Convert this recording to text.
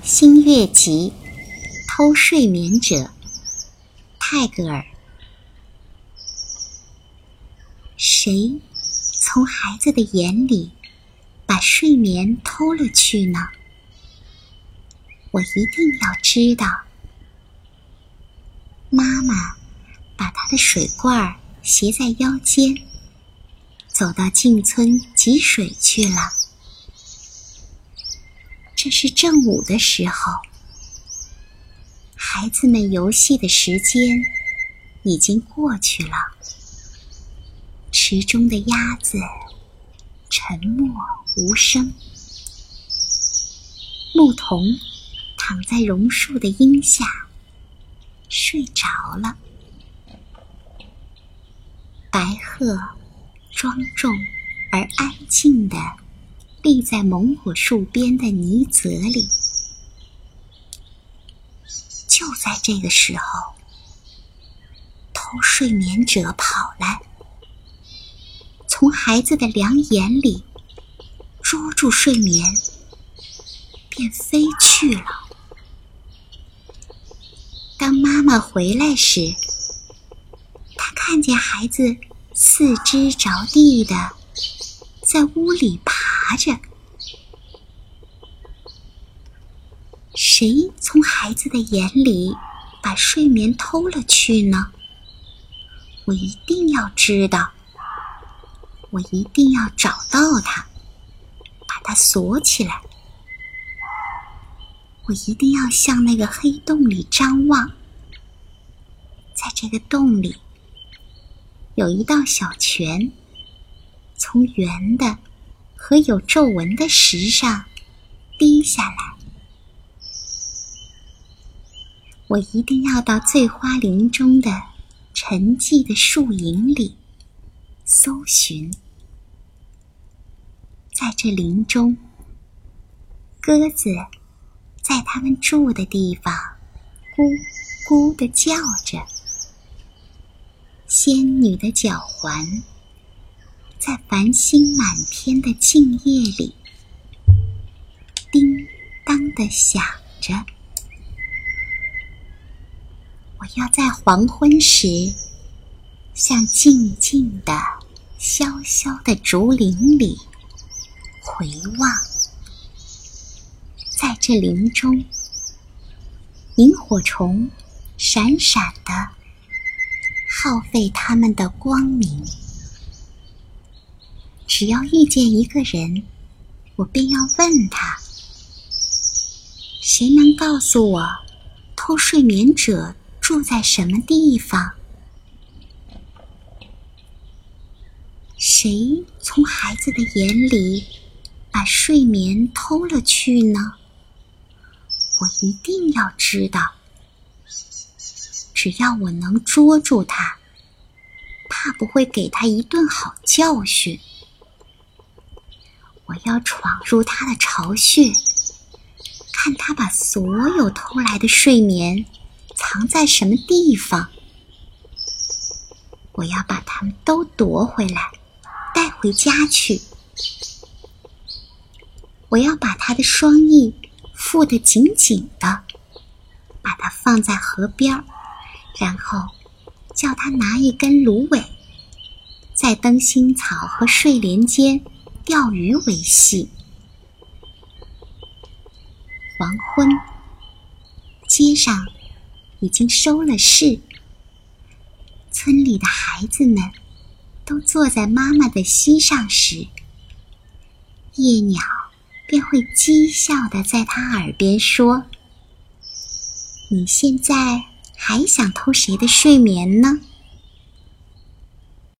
新月集偷睡眠者，泰戈尔。谁从孩子的眼里把睡眠偷了去呢？我一定要知道。妈妈把她的水罐携在腰间，走到近村汲水去了。这是正午的时候，孩子们游戏的时间已经过去了。池中的鸭子沉默无声，牧童躺在榕树的荫下睡着了。白鹤庄重而安静地立在蒙古树边的泥泽里。就在这个时候，偷睡眠者跑来，从孩子的两眼里捉住睡眠，便飞去了。当妈妈回来时，她看见孩子四肢着地的在屋里爬着。谁从孩子的眼里把睡眠偷了去呢？我一定要知道，我一定要找到他，把他锁起来。我一定要向那个黑洞里张望，在这个洞里有一道小泉，从圆的和有皱纹的石上滴下来。我一定要到醉花林中的沉寂的树影里搜寻。在这林中，鸽子在它们住的地方咕咕地叫着，仙女的脚环在繁星满天的静夜里叮当地响着。我要在黄昏时向静静的萧萧的竹林里回望。在这林中，萤火虫闪闪地耗费它们的光明。只要遇见一个人，我便要问他，谁能告诉我偷睡眠者住在什么地方？谁从孩子的眼里把睡眠偷了去呢？我一定要知道。只要我能捉住他，怕不会给他一顿好教训。我要闯入他的巢穴，看他把所有偷来的睡眠藏在什么地方。我要把它们都夺回来，带回家去。我要把他的双翼缚得紧紧的，把它放在河边，然后叫他拿一根芦苇，在灯芯草和睡莲间钓鱼为戏。黄昏，街上已经收了市，村里的孩子们都坐在妈妈的膝上时，夜鸟便会讥笑地在他耳边说：“你现在还想偷谁的睡眠呢？”